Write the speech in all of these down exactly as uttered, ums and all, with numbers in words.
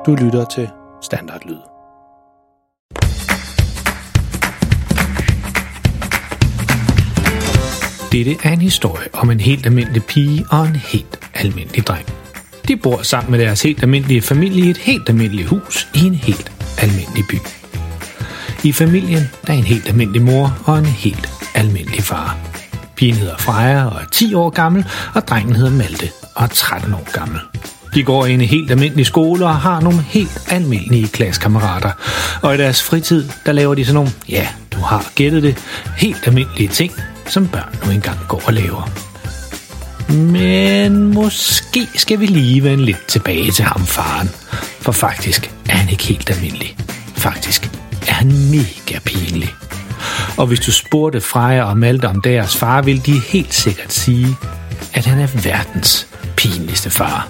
Du lytter til Standardlyd. Dette er en historie om en helt almindelig pige og en helt almindelig dreng. De bor sammen med deres helt almindelige familie i et helt almindeligt hus i en helt almindelig by. I familien der er en helt almindelig mor og en helt almindelig far. Pigen hedder Freja og er ti år gammel, og drengen hedder Malte og er tretten år gammel. De går i en helt almindelig skole og har nogle helt almindelige klassekammerater. Og i deres fritid, der laver de sådan nogle, ja, du har gættet det, helt almindelige ting, som børn nu engang går og laver. Men måske skal vi lige vende lidt tilbage til ham, faren. For faktisk er han ikke helt almindelig. Faktisk er han mega pinlig. Og hvis du spurgte Freja og Malte om deres far, ville de helt sikkert sige, at han er verdens pinligste far.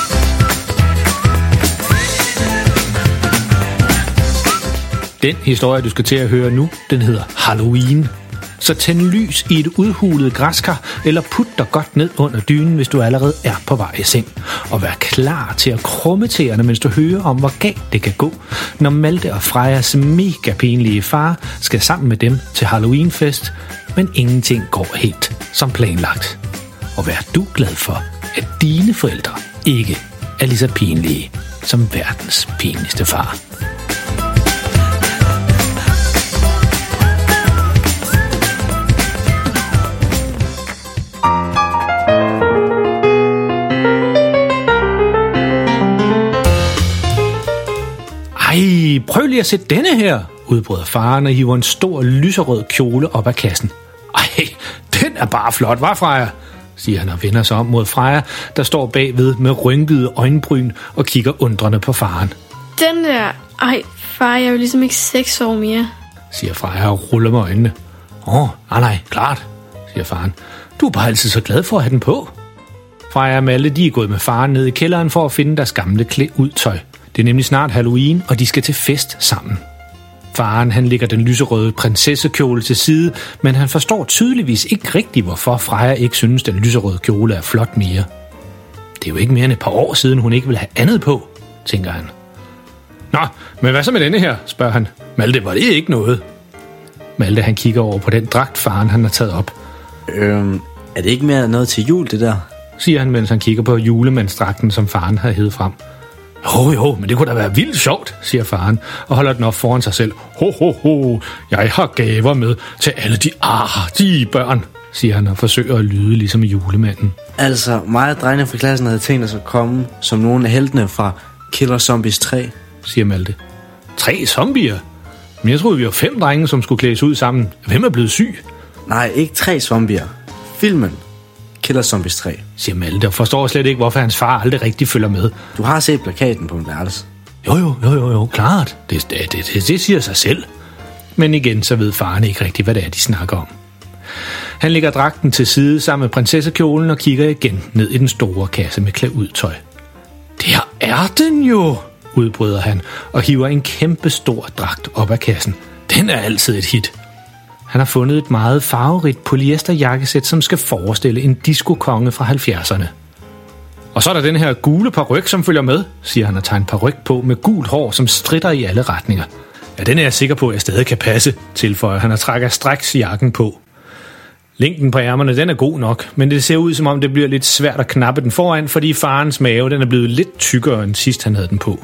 Den historie, du skal til at høre nu, den hedder Halloween. Så tænd lys i et udhulet græskar, eller put dig godt ned under dynen, hvis du allerede er på vej i seng. Og vær klar til at krumme tæerne, mens du hører om, hvor galt det kan gå, når Malte og Frejas mega pinlige far skal sammen med dem til Halloweenfest, men ingenting går helt som planlagt. Og vær du glad for, at dine forældre ikke er lige så pinlige som verdens pinligste far. Ej, prøv lige at sætte denne her, udbryder faren og hiver en stor lyserød kjole op af kassen. Ej, den er bare flot, hva' Freja? Siger han og vender sig om mod Freja, der står bagved med rynkede øjenbryn og kigger undrende på faren. Den der, ej far, jeg er jo ligesom ikke seks år mere, siger Freja og ruller med øjnene. Åh, nej, nej, klart, siger faren. Du er bare altid så glad for at have den på. Freja og Malte, de er gået med faren ned i kælderen for at finde deres gamle klæd-ud-tøj. Det er nemlig snart Halloween, og de skal til fest sammen. Faren, han lægger den lyserøde prinsessekjole til side, men han forstår tydeligvis ikke rigtigt, hvorfor Freja ikke synes, den lyserøde kjole er flot mere. Det er jo ikke mere end et par år siden, hun ikke vil have andet på, tænker han. Nå, men hvad så med denne her, spørger han. Malte, var det ikke noget? Malte, han kigger over på den dragt, faren han har taget op. Øhm, er det ikke mere noget til jul, det der? Siger han, mens han kigger på julemandsdragten, som faren har hævet frem. Jo, jo, men det kunne da være vildt sjovt, siger faren, og holder den op foran sig selv. Ho, ho, ho, jeg har gaver med til alle de artige børn, siger han og forsøger at lyde ligesom julemanden. Altså, mig og drengene fra klassen havde tænkt os at komme som nogle af heltene fra Killer Zombies tre, siger Malte. Tre zombier? Men jeg troede, vi var fem drenge, som skulle klædes ud sammen. Hvem er blevet syg? Nej, ikke tre zombier. Filmen Killer Zombies tre, siger Malte, og forstår slet ikke, hvorfor hans far aldrig rigtig følger med. Du har set plakaten på en værelse. Jo, jo, jo, jo, jo, klart. Det, det, det, det siger sig selv. Men igen, så ved faren ikke rigtigt, hvad det er, de snakker om. Han lægger dragten til side sammen med prinsessekjolen og kigger igen ned i den store kasse med klæd-ud-tøj. Der er den jo, udbryder han og hiver en kæmpe stor dragt op af kassen. Den er altid et hit. Han har fundet et meget farverigt polyesterjakkesæt, som skal forestille en disco-konge fra halvfjerdserne. Og så er der den her gule paryk, som følger med, siger han og tager en paryk på med gult hår, som stritter i alle retninger. Ja, den er jeg sikker på, at jeg stadig kan passe, tilføjer han og trækker straks jakken på. Længden på ærmerne, den er god nok, men det ser ud som om det bliver lidt svært at knappe den foran, fordi farens mave, den er blevet lidt tykkere end sidst han havde den på.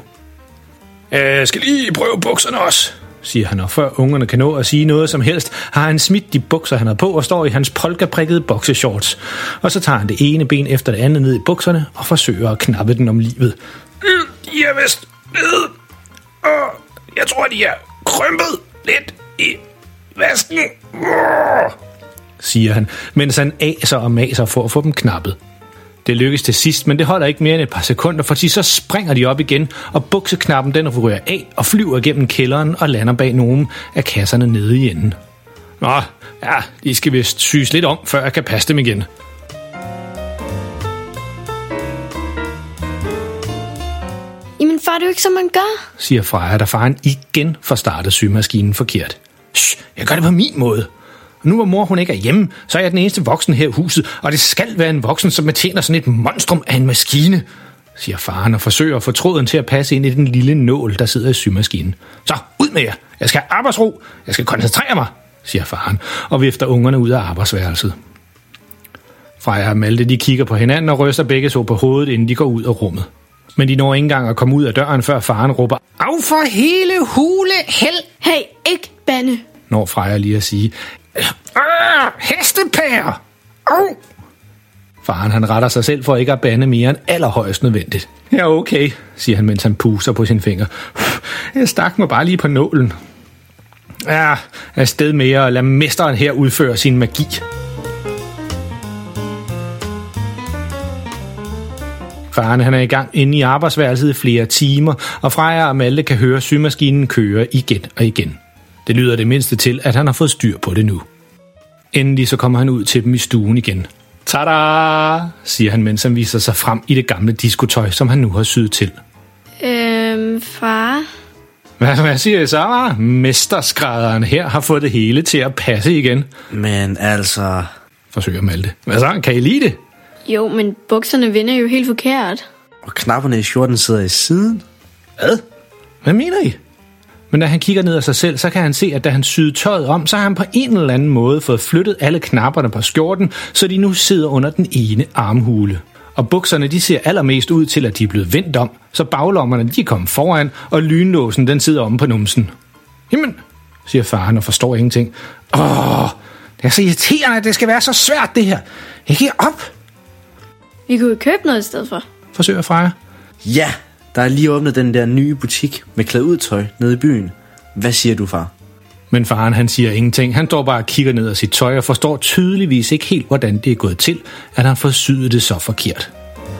Jeg skal lige prøve bukserne også, siger han, og før ungerne kan nå at sige noget som helst, har han smidt de bukser, han har på, og står i hans polkaprikkede bokseshorts. Og så tager han det ene ben efter det andet ned i bukserne, og forsøger at knappe den om livet. De er vist nede, og jeg tror, de er krympet lidt i vasken, siger han, mens han aser og maser for at få dem knappet. Det lykkes til sidst, men det holder ikke mere end et par sekunder, fordi så springer de op igen, og bukseknappen den ryger af og flyver gennem kælderen og lander bag nogle af kasserne nede i enden. Nå, ja, de skal vist syes lidt om, før jeg kan passe dem igen. Jamen far, det er jo ikke, som man gør, siger Freja, da faren igen får startet symaskinen forkert. Shh, jeg gør det på min måde. Nu hvor mor hun ikke er hjemme, så er jeg den eneste voksen her i huset, og det skal være en voksen, som betjener sådan et monstrum af en maskine, siger faren og forsøger at få tråden til at passe ind i den lille nål, der sidder i symaskinen. Så, ud med jer! Jeg skal have arbejdsro! Jeg skal koncentrere mig! Siger faren, og vifter ungerne ud af arbejdsværelset. Freja og Malte, de kigger på hinanden og ryster begge så på hovedet, inden de går ud af rummet. Men de når ikke engang at komme ud af døren, før faren råber, "Af for hele hule held!" Hey, ikke bande! Når Freja lige at sige, "Arh, hestepære! Au!" Faren han retter sig selv for ikke at bande mere end allerhøjst nødvendigt. "Ja, okay," siger han, mens han puster på sin finger. "Jeg stak mig bare lige på nålen. Ja, afsted mere og lad mesteren her udføre sin magi." Faren han er i gang inde i arbejdsværelset i flere timer, og Freja og Malte kan høre symaskinen køre igen og igen. Det lyder det mindste til, at han har fået styr på det nu. Endelig så kommer han ud til dem i stuen igen. "Tada!" siger han, mens han viser sig frem i det gamle diskotøj, som han nu har syet til. Øhm, far? Hvad, hvad siger jeg så? Mesterskrædderen her har fået det hele til at passe igen. Men altså... forsøger Malte. Hvad så? Kan I lide det? Jo, men bukserne vender jo helt forkert. Og knapperne i skjorten sidder i siden. Hvad? Hvad mener I? Men da han kigger ned af sig selv, så kan han se, at da han syede tøjet om, så har han på en eller anden måde fået flyttet alle knapperne på skjorten, så de nu sidder under den ene armhule. Og bukserne, de ser allermest ud til, at de er blevet vendt om, så baglommerne, de er kommet foran, og lynlåsen, den sidder omme på numsen. "Jamen," siger faren og forstår ingenting. "Åh, det er så irriterende, at det skal være så svært, det her. Jeg giver op." Vi kunne jo købe noget i stedet for. Forsøger Freja. Ja, der er lige åbnet den der nye butik med klæd ud tøj nede i byen. Hvad siger du, far? Men faren han siger ingenting. Han står bare og kigger ned af sit tøj og forstår tydeligvis ikke helt, hvordan det er gået til, at han får syet det så forkert.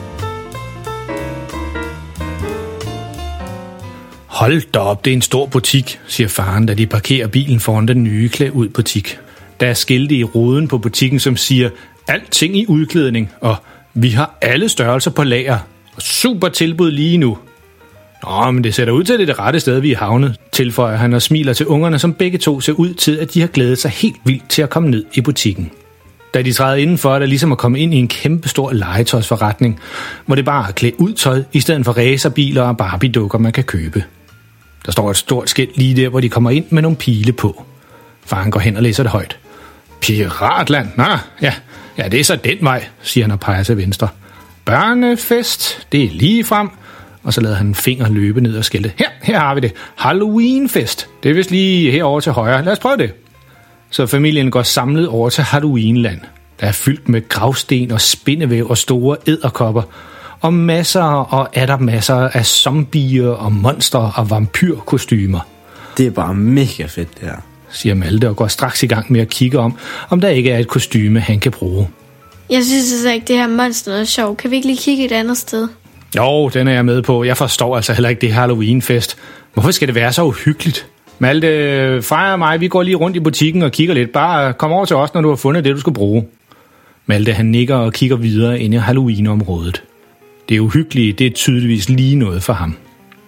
"Hold da op, det er en stor butik," siger faren, da de parkerer bilen foran den nye klæd ud butik. Der er skilte i ruden på butikken, som siger, "Alting i udklædning," og "Vi har alle størrelser på lager," og "Super tilbud lige nu." "Nå, men det sætter ud til, det, det rette sted, vi er havnet," tilføjer han og smiler til ungerne, som begge to ser ud til, at de har glædet sig helt vildt til at komme ned i butikken. Da de træder indenfor, er der ligesom at komme ind i en kæmpestor legetøjsforretning, hvor det bare er klædt ud tøj, i stedet for racerbiler og Barbie-dukker, man kan købe. Der står et stort skilt lige der, hvor de kommer ind med nogle pile på. Faren går hen og læser det højt. "Piratland? Nå, ja, ja, det er så den vej," siger han og peger til venstre. "Børnefest, det er lige frem." Og så lader han en finger løbe ned og skiltet. Her, her har vi det. Halloweenfest. Det er vist lige herovre til højre. Lad os prøve det." Så familien går samlet over til Halloweenland. Der er fyldt med gravsten og spindevæv og store edderkopper. Og masser og atter masser af zombier og monstre og vampyrkostymer. Det er bare mega fedt, det her, siger Malte og går straks i gang med at kigge om, om der ikke er et kostyme, han kan bruge. Jeg synes altså ikke, det her monster er sjovt. Kan vi ikke lige kigge et andet sted? Jo, den er jeg med på. Jeg forstår altså heller ikke det Halloweenfest. Hvorfor skal det være så uhyggeligt? Malte, Freja og mig, vi går lige rundt i butikken og kigger lidt. Bare kom over til os, når du har fundet det, du skal bruge. Malte, han nikker og kigger videre ind i Halloween-området. Det er uhyggeligt, det er tydeligvis lige noget for ham.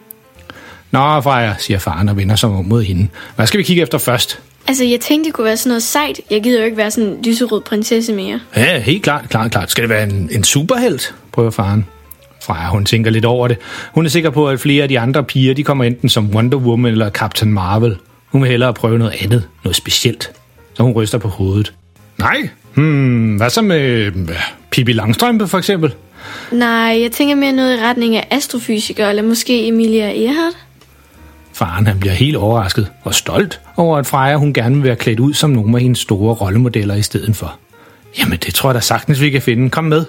Nå, Freja, siger faren og vender sig om mod hende. Hvad skal vi kigge efter først? Altså, jeg tænkte, det kunne være sådan noget sejt. Jeg gider jo ikke være sådan en lyserød prinsesse mere. Ja, helt klart, klart, klart. Skal det være en, en superhelt, prøver faren. Freja, hun tænker lidt over det. Hun er sikker på, at flere af de andre piger, de kommer enten som Wonder Woman eller Captain Marvel. Hun vil hellere prøve noget andet, noget specielt. Så hun ryster på hovedet. Nej, hmm, hvad så med Pippi Langstrømpe for eksempel? Nej, jeg tænker mere noget i retning af astrofysikere, eller måske Emilia Earhart. Faren han bliver helt overrasket og stolt over, at Freja hun gerne vil være klædt ud som nogle af hendes store rollemodeller i stedet for. Jamen, det tror jeg da sagtens, vi kan finde. Kom med.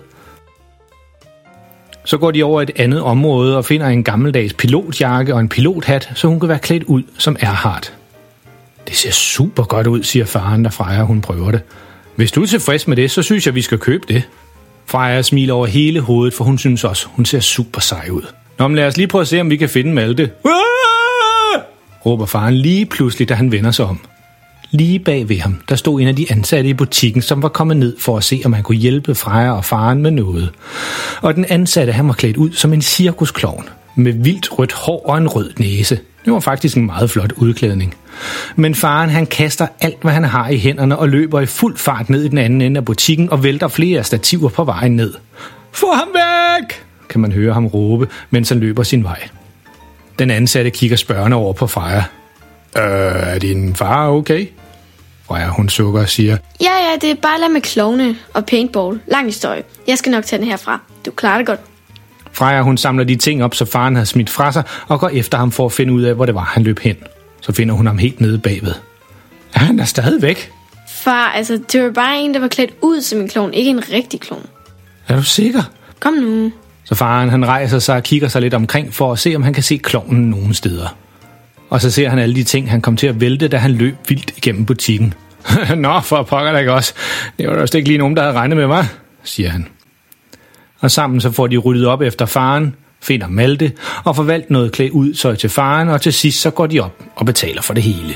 Så går de over et andet område og finder en gammeldags pilotjakke og en pilothat, så hun kan være klædt ud som Earhart. Det ser super godt ud, siger faren, da Freja hun prøver det. Hvis du er tilfreds med det, så synes jeg, vi skal købe det. Freja smiler over hele hovedet, for hun synes også, hun ser super sej ud. Nå, men lad os lige prøve at se, om vi kan finde Malte. Råber faren lige pludselig, da han vender sig om. Lige bag ved ham, der stod en af de ansatte i butikken, som var kommet ned for at se, om han kunne hjælpe Freja og faren med noget. Og den ansatte, han var klædt ud som en cirkusklovn, med vildt rødt hår og en rød næse. Det var faktisk en meget flot udklædning. Men faren, han kaster alt, hvad han har i hænderne og løber i fuld fart ned i den anden ende af butikken og vælter flere stativer på vejen ned. Få ham væk! kan man høre ham råbe, mens han løber sin vej. Den ansatte kigger spørgende over på Freja. Øh, er din far okay? Freja, hun sukker og siger, Ja, ja, det er bare lad med klovne og paintball. Lang historie. Jeg skal nok tage den herfra. Du klarer det godt. Freja, hun samler de ting op, så faren havde smidt fra sig, og går efter ham for at finde ud af, hvor det var, han løb hen. Så finder hun ham helt nede bagved. Ja, han er stadig væk. Far, altså, det var bare en, der var klædt ud som en klovn, ikke en rigtig klovn. Er du sikker? Kom nu. Så faren, han rejser sig og kigger sig lidt omkring for at se, om han kan se klovnen nogen steder. Og så ser han alle de ting, han kom til at vælte, da han løb vildt igennem butikken. Nå, for pokker da ikke også. Det var da også ikke lige nogen, der havde regnet med mig, siger han. Og sammen så får de ryddet op efter faren, finder Malte og får valgt noget klædt ud tøj til faren, og til sidst så går de op og betaler for det hele.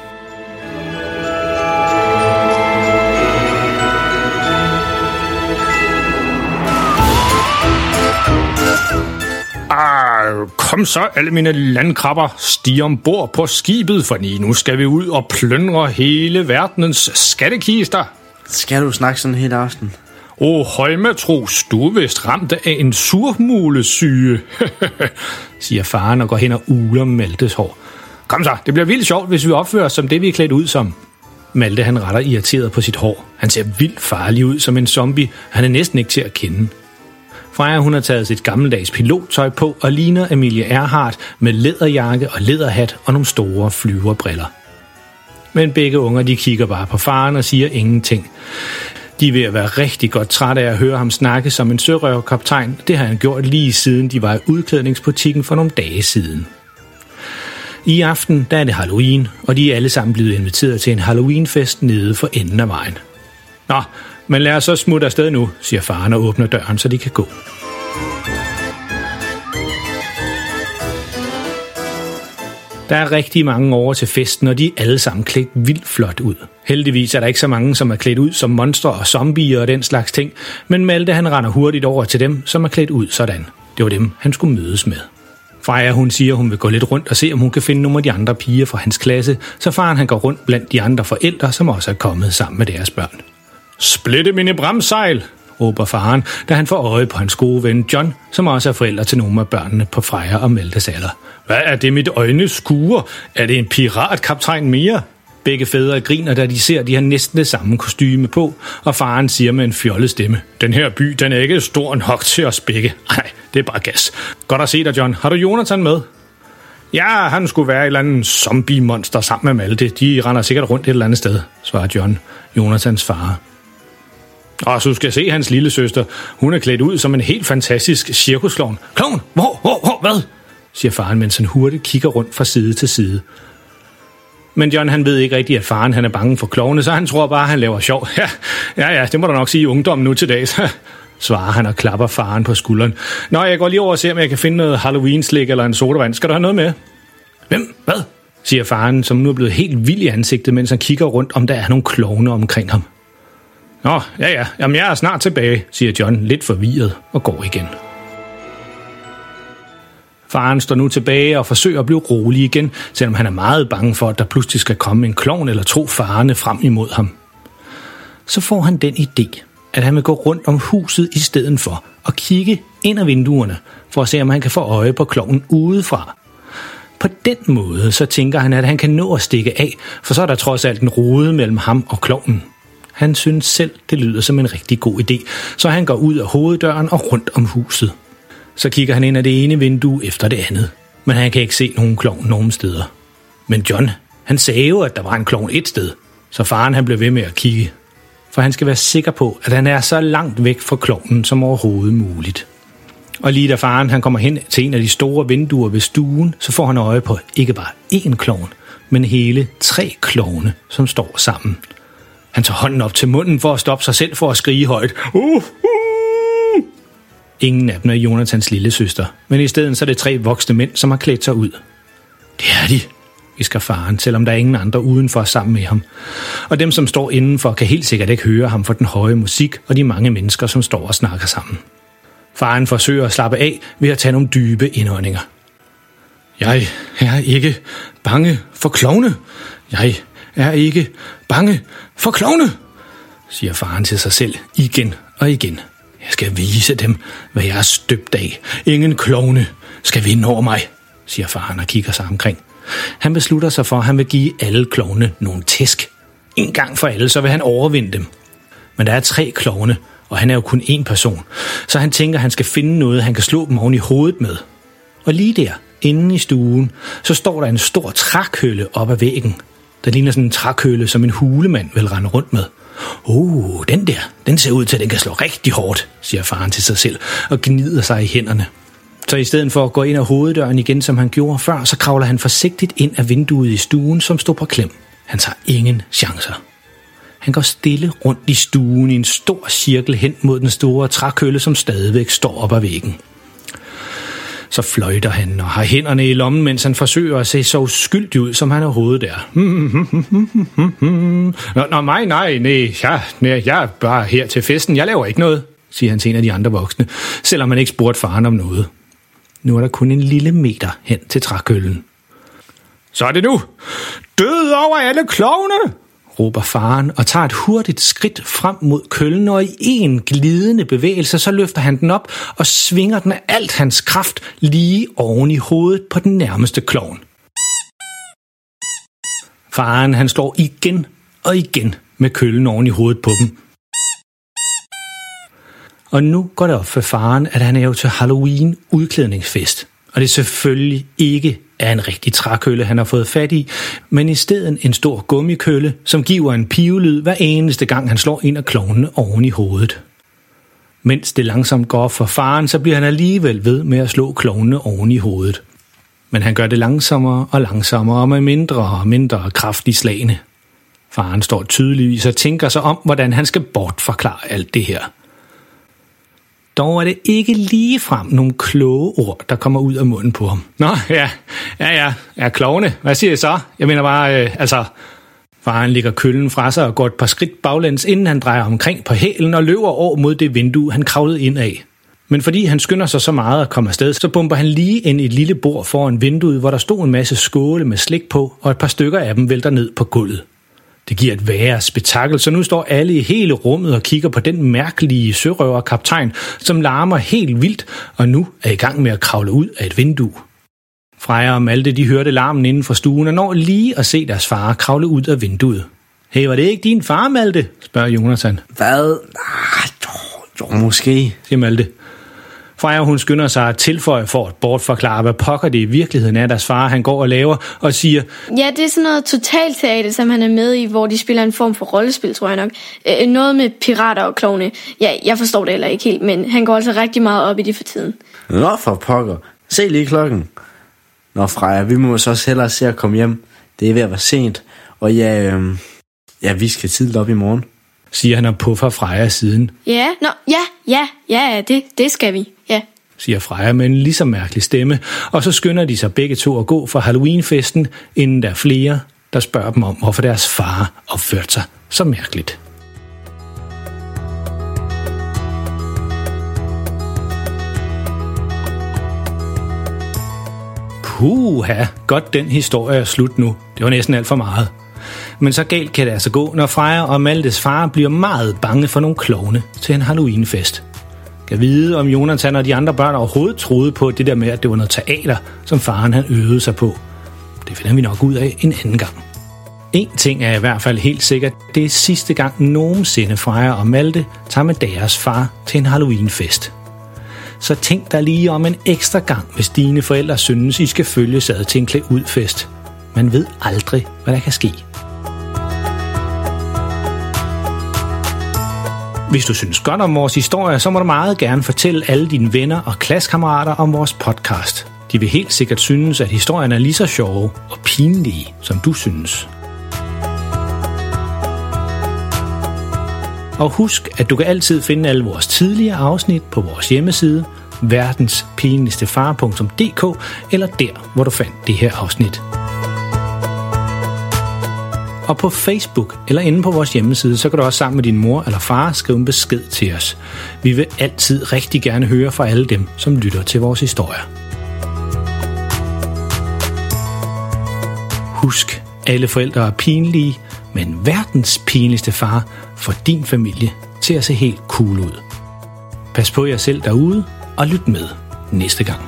Ah, kom så, alle mine landkrabber, stig ombord på skibet, for nu skal vi ud og plyndre hele verdenens skattekister. Skal du snakke sådan hele aften? Åh, oh, højmatros, du er vist ramt af en surmulesyge, siger faren og går hen og uler Maltes hår. Kom så, det bliver vildt sjovt, hvis vi opfører os som det, vi er klædt ud som. Malte, han retter irriteret på sit hår. Han ser vildt farlig ud som en zombie, han er næsten ikke til at kende. Freja, hun har taget sit gammeldags pilottøj på og ligner Emilie Earhart med læderjakke og læderhat og nogle store flyverbriller. Men begge unger, de kigger bare på faren og siger ingenting. De er ved at være rigtig godt trætte af at høre ham snakke som en sørøverkaptajn. Det har han gjort lige siden de var i udklædningsbutikken for nogle dage siden. I aften, der er det Halloween, og de er alle sammen blevet inviteret til en Halloweenfest nede for enden af vejen. Nå, men lad os så smutte afsted nu, siger faren og åbner døren, så de kan gå. Der er rigtig mange over til festen, og de er alle sammen klædt vildt flot ud. Heldigvis er der ikke så mange, som er klædt ud som monstre og zombier og den slags ting, men Malte, han render hurtigt over til dem, som er klædt ud sådan. Det var dem, han skulle mødes med. Freja, hun siger, hun vil gå lidt rundt og se, om hun kan finde nogle af de andre piger fra hans klasse, så faren han går rundt blandt de andre forældre, som også er kommet sammen med deres børn. Splitte mine bremsejl, råber faren, da han får øje på hans gode ven John, som også er forælder til nogle af børnene på Freja og Maltes alder. Hvad er det, mit øjne skuer? Er det en piratkaptajn mere? Begge fædre griner, da de ser, de har næsten det samme kostyme på, og faren siger med en fjollet stemme, den her by, den er ikke stor nok til os begge. Nej, det er bare gas. Godt at se dig, John. Har du Jonathan med? Ja, han skulle være et eller andet zombie-monster sammen med Malte. De render sikkert rundt et eller andet sted, svarer John, Jonathans far. Og så du skal se hans lille søster. Hun er klædt ud som en helt fantastisk cirkusklovn. Klovn? Hvor? Hvor? Hvor? Hvad? Siger faren, mens han hurtigt kigger rundt fra side til side. Men John, han ved ikke rigtigt, at faren han er bange for klovne, så han tror bare, at han laver sjov. Ja, ja, ja, det må du nok sige i ungdommen nu til dags, svarer han og klapper faren på skulderen. Nå, jeg går lige over og ser, om jeg kan finde noget Halloween-slik eller en sodavand. Skal du have noget med? Hvem? Hvad? Siger faren, som nu er blevet helt vild i ansigtet, mens han kigger rundt, om der er nogle klovne omkring ham. Nå, ja, ja, jamen jeg er snart tilbage, siger John lidt forvirret og går igen. Faren står nu tilbage og forsøger at blive rolig igen, selvom han er meget bange for, at der pludselig skal komme en klovn eller to farerne frem imod ham. Så får han den idé, at han vil gå rundt om huset i stedet for og kigge ind ad vinduerne, for at se, om han kan få øje på klovnen udefra. På den måde, så tænker han, at han kan nå at stikke af, for så er der trods alt en rode mellem ham og klovnen. Han synes selv, det lyder som en rigtig god idé, så han går ud af hoveddøren og rundt om huset. Så kigger han ind ad det ene vindue efter det andet, men han kan ikke se nogen klovn nogen steder. Men John, han sagde jo, at der var en klovn et sted, så faren han blev ved med at kigge. For han skal være sikker på, at han er så langt væk fra klovnen som overhovedet muligt. Og lige da faren han kommer hen til en af de store vinduer ved stuen, så får han øje på ikke bare én klovn, men hele tre klovne, som står sammen. Han tager hånden op til munden for at stoppe sig selv for at skrige højt. Uh, uh. Ingen af dem er Jonathans lille søster, men i stedet så er det tre voksne mænd, som har klædt sig ud. Det er de, visker faren, selvom der er ingen andre udenfor sammen med ham. Og dem, som står indenfor, kan helt sikkert ikke høre ham for den høje musik og de mange mennesker, som står og snakker sammen. Faren forsøger at slappe af ved at tage nogle dybe indåndinger. Jeg er ikke bange for klovne. Jeg er ikke bange for klovne, siger faren til sig selv igen og igen. Jeg skal vise dem, hvad jeg er støbt af. Ingen klovne skal vinde over mig, siger faren og kigger sig omkring. Han beslutter sig for, at han vil give alle klovne nogle tæsk. En gang for alle, så vil han overvinde dem. Men der er tre klovne, og han er jo kun én person, så han tænker, at han skal finde noget, han kan slå dem oven i hovedet med. Og lige der, inde i stuen, så står der en stor trækølle op ad væggen. Der ligner sådan en trækølle, som en hulemand vil rende rundt med. Oh, den der, den ser ud til, at den kan slå rigtig hårdt, siger faren til sig selv og gnider sig i hænderne. Så i stedet for at gå ind ad hoveddøren igen, som han gjorde før, så kravler han forsigtigt ind af vinduet i stuen, som stod på klem. Han tager ingen chancer. Han går stille rundt i stuen i en stor cirkel hen mod den store trækølle, som stadigvæk står op ad væggen. Så fløjter han og har hænderne i lommen, mens han forsøger at se så uskyldig ud, som han overhovedet er. Nå, nå nej, nej, nej, ja, nej, jeg er bare her til festen. Jeg laver ikke noget, siger han til en af de andre voksne, selvom han ikke spurgte faren om noget. Nu er der kun en lille meter hen til trækøllen. Så er det nu! Død over alle klovne! Råber faren og tager et hurtigt skridt frem mod køllen, og i en glidende bevægelse, så løfter han den op og svinger den af alt hans kraft lige oven i hovedet på den nærmeste klovn. Faren han slår igen og igen med køllen oven i hovedet på dem. Og nu går det op for faren, at han er jo til Halloween udklædningsfest. Og det er selvfølgelig ikke er en rigtig trækølle, han har fået fat i, men i stedet en stor gummikølle, som giver en pivelyd hver eneste gang, han slår en af klovnene oven i hovedet. Mens det langsomt går for faren, så bliver han alligevel ved med at slå klovnene oven i hovedet. Men han gør det langsommere og langsommere og med mindre og mindre kraft i slagene. Faren står tydeligvis og tænker sig om, hvordan han skal bortforklare alt det her. Dog er det ikke ligefrem nogle kloge ord, der kommer ud af munden på ham. Nå, ja, ja, ja, ja, klovne. Hvad siger jeg så? Jeg mener bare, øh, altså... Faren lægger køllen fra sig og går et par skridt baglæns, inden han drejer omkring på hælen og løber over mod det vindue, han kravlede ind af. Men fordi han skynder sig så meget at komme afsted, så bomber han lige ind i et lille bord foran vinduet, hvor der stod en masse skåle med slik på, og et par stykker af dem vælter ned på gulvet. Det giver et værre spektakel, så nu står alle i hele rummet og kigger på den mærkelige sørøverkaptajn, som larmer helt vildt, og nu er i gang med at kravle ud af et vindue. Freja og Malte, de hørte larmen inden for stuen og når lige at se deres far kravle ud af vinduet. Hey, var det ikke din far, Malte? Spørger Jonathan. Hvad? Ah, jo, jo, måske, siger Malte. Freja, hun skynder sig at tilføje for at bortforklare, hvad pokker det i virkeligheden er, deres far han går og laver, og siger... Ja, det er sådan noget totalteater, som han er med i, hvor de spiller en form for rollespil, tror jeg nok. Øh, noget med pirater og klovne. Ja, jeg forstår det heller ikke helt, men han går altså rigtig meget op i det for tiden. Nå, for pokker. Se lige klokken. Nå, Freja, vi må så også hellere se at komme hjem. Det er ved at være sent, og ja, øh, ja vi skal tidligt op i morgen. Siger han og puffer Freja siden. Ja, nå, ja, ja, ja, det, det skal vi, ja. Siger Freja med en lige så mærkelig stemme, og så skynder de sig begge to at gå for Halloweenfesten, inden der er flere, der spørger dem om, hvorfor deres far opførte sig så mærkeligt. Puha, godt den historie er slut nu. Det var næsten alt for meget. Men så galt kan det altså gå, når Freja og Maltes far bliver meget bange for nogle klovne til en Halloweenfest. Jeg vide, om Jonathan og de andre børn overhovedet troede på det der med, at det var noget teater, som faren han øvede sig på. Det finder vi nok ud af en anden gang. En ting er i hvert fald helt sikkert, det er sidste gang nogensinde Freja og Malte tager med deres far til en Halloweenfest. Så tænk dig lige om en ekstra gang, hvis dine forældre synes, I skal følges ad til en klæd ud fest. Man ved aldrig, hvad der kan ske. Hvis du synes godt om vores historie, så må du meget gerne fortælle alle dine venner og klassekammerater om vores podcast. De vil helt sikkert synes, at historien er lige så sjove og pinlige, som du synes. Og husk, at du kan altid finde alle vores tidligere afsnit på vores hjemmeside, verdenspinligstefar punktum d k, eller der, hvor du fandt det her afsnit. Og på Facebook eller inde på vores hjemmeside, så kan du også sammen med din mor eller far skrive en besked til os. Vi vil altid rigtig gerne høre fra alle dem, som lytter til vores historier. Husk, alle forældre er pinlige, men verdens pinligste far får din familie til at se helt cool ud. Pas på jer selv derude, og lyt med næste gang.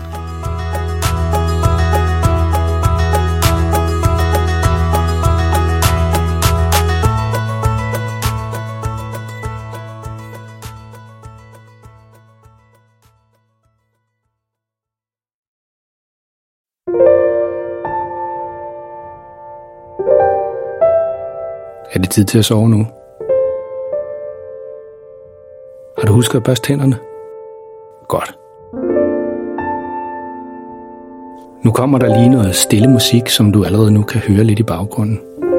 Er det tid til at sove nu? Har du husket at børste tænderne? Godt. Nu kommer der lige noget stille musik, som du allerede nu kan høre lidt i baggrunden.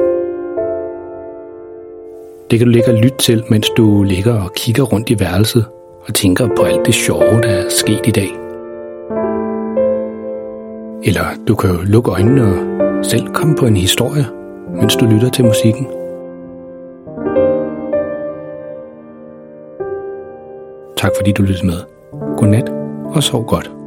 Det kan du ligge og lytte til, mens du ligger og kigger rundt i værelset og tænker på alt det sjove, der er sket i dag. Eller du kan jo lukke øjnene og selv komme på en historie, mens du lytter til musikken. Tak fordi du lyttede med. Godnat og sov godt.